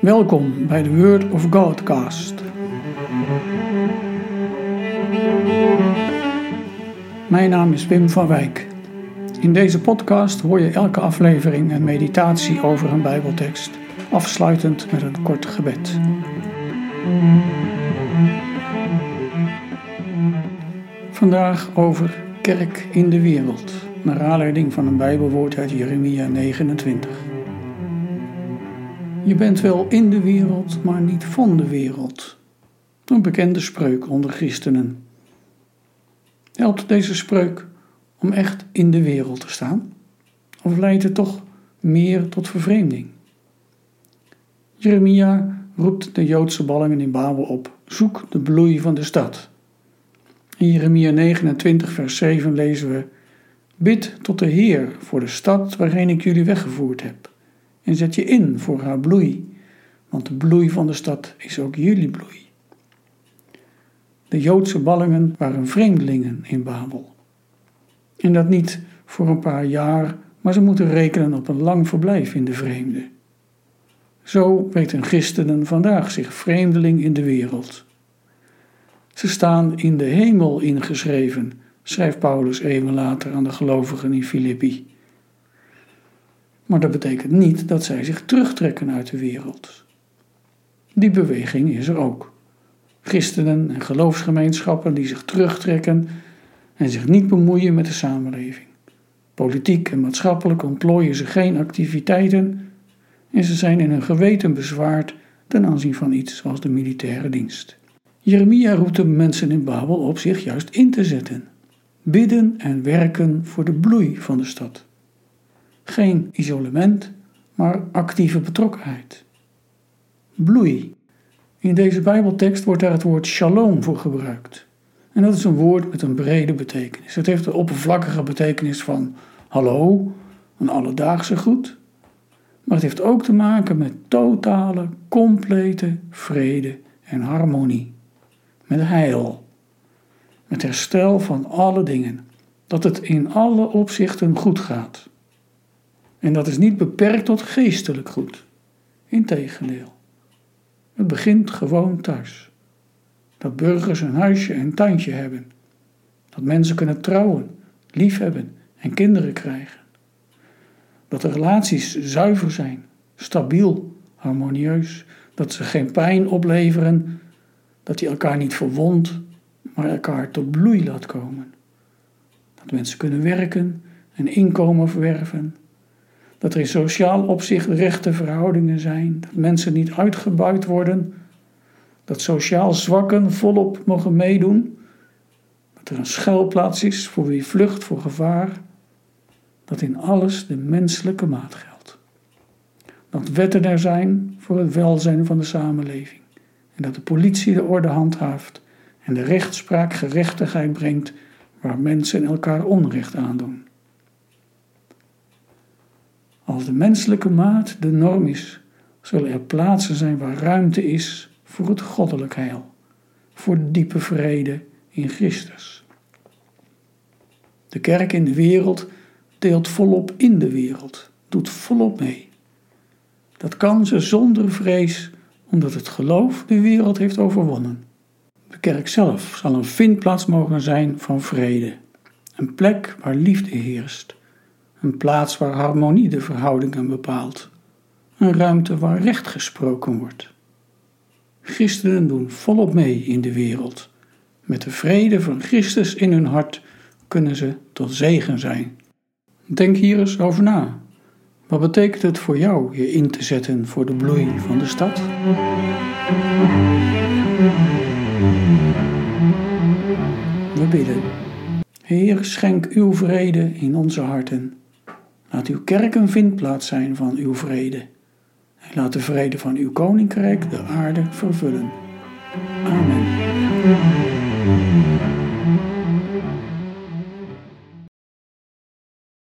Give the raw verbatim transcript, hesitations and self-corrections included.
Welkom bij de Word of Godcast. Mijn naam is Wim van Wijk. In deze podcast hoor je elke aflevering een meditatie over een Bijbeltekst, afsluitend met een kort gebed. Vandaag over kerk in de wereld, naar aanleiding van een Bijbelwoord uit Jeremia negenentwintig. Je bent wel in de wereld, maar niet van de wereld. Een bekende spreuk onder christenen. Helpt deze spreuk om echt in de wereld te staan? Of leidt het toch meer tot vervreemding? Jeremia roept de Joodse ballingen in Babel op: zoek de bloei van de stad. In Jeremia negenentwintig vers zeven lezen we: bid tot de Heer voor de stad waarheen ik jullie weggevoerd heb. En zet je in voor haar bloei, want de bloei van de stad is ook jullie bloei. De Joodse ballingen waren vreemdelingen in Babel. En dat niet voor een paar jaar, maar ze moeten rekenen op een lang verblijf in de vreemde. Zo weten christenen vandaag zich vreemdeling in de wereld. Ze staan in de hemel ingeschreven, schrijft Paulus eeuwen later aan de gelovigen in Filippi. Maar dat betekent niet dat zij zich terugtrekken uit de wereld. Die beweging is er ook. Christenen en geloofsgemeenschappen die zich terugtrekken en zich niet bemoeien met de samenleving. Politiek en maatschappelijk ontplooien ze geen activiteiten en ze zijn in hun geweten bezwaard ten aanzien van iets zoals de militaire dienst. Jeremia roept de mensen in Babel op zich juist in te zetten. Bidden en werken voor de bloei van de stad. Geen isolement, maar actieve betrokkenheid. Bloei. In deze Bijbeltekst wordt daar het woord shalom voor gebruikt. En dat is een woord met een brede betekenis. Het heeft de oppervlakkige betekenis van hallo, een alledaagse groet. Maar het heeft ook te maken met totale, complete vrede en harmonie. Met heil. Met herstel van alle dingen. Dat het in alle opzichten goed gaat. En dat is niet beperkt tot geestelijk goed. Integendeel. Het begint gewoon thuis. Dat burgers een huisje en tuintje hebben. Dat mensen kunnen trouwen, liefhebben en kinderen krijgen. Dat de relaties zuiver zijn, stabiel, harmonieus. Dat ze geen pijn opleveren. Dat die elkaar niet verwondt, maar elkaar tot bloei laat komen. Dat mensen kunnen werken en inkomen verwerven. Dat er in sociaal opzicht rechte verhoudingen zijn. Dat mensen niet uitgebuit worden. Dat sociaal zwakken volop mogen meedoen. Dat er een schuilplaats is voor wie vlucht voor gevaar. Dat in alles de menselijke maat geldt. Dat wetten er zijn voor het welzijn van de samenleving. En dat de politie de orde handhaaft en de rechtspraak gerechtigheid brengt waar mensen elkaar onrecht aandoen. Als de menselijke maat de norm is, zullen er plaatsen zijn waar ruimte is voor het goddelijk heil, voor de diepe vrede in Christus. De kerk in de wereld deelt volop in de wereld, doet volop mee. Dat kan ze zonder vrees, omdat het geloof de wereld heeft overwonnen. De kerk zelf zal een vindplaats mogen zijn van vrede, een plek waar liefde heerst. Een plaats waar harmonie de verhoudingen bepaalt. Een ruimte waar recht gesproken wordt. Christenen doen volop mee in de wereld. Met de vrede van Christus in hun hart kunnen ze tot zegen zijn. Denk hier eens over na. Wat betekent het voor jou je in te zetten voor de bloei van de stad? We bidden. Heer, schenk uw vrede in onze harten. Laat uw kerk een vindplaats zijn van uw vrede. En laat de vrede van uw koninkrijk de aarde vervullen. Amen.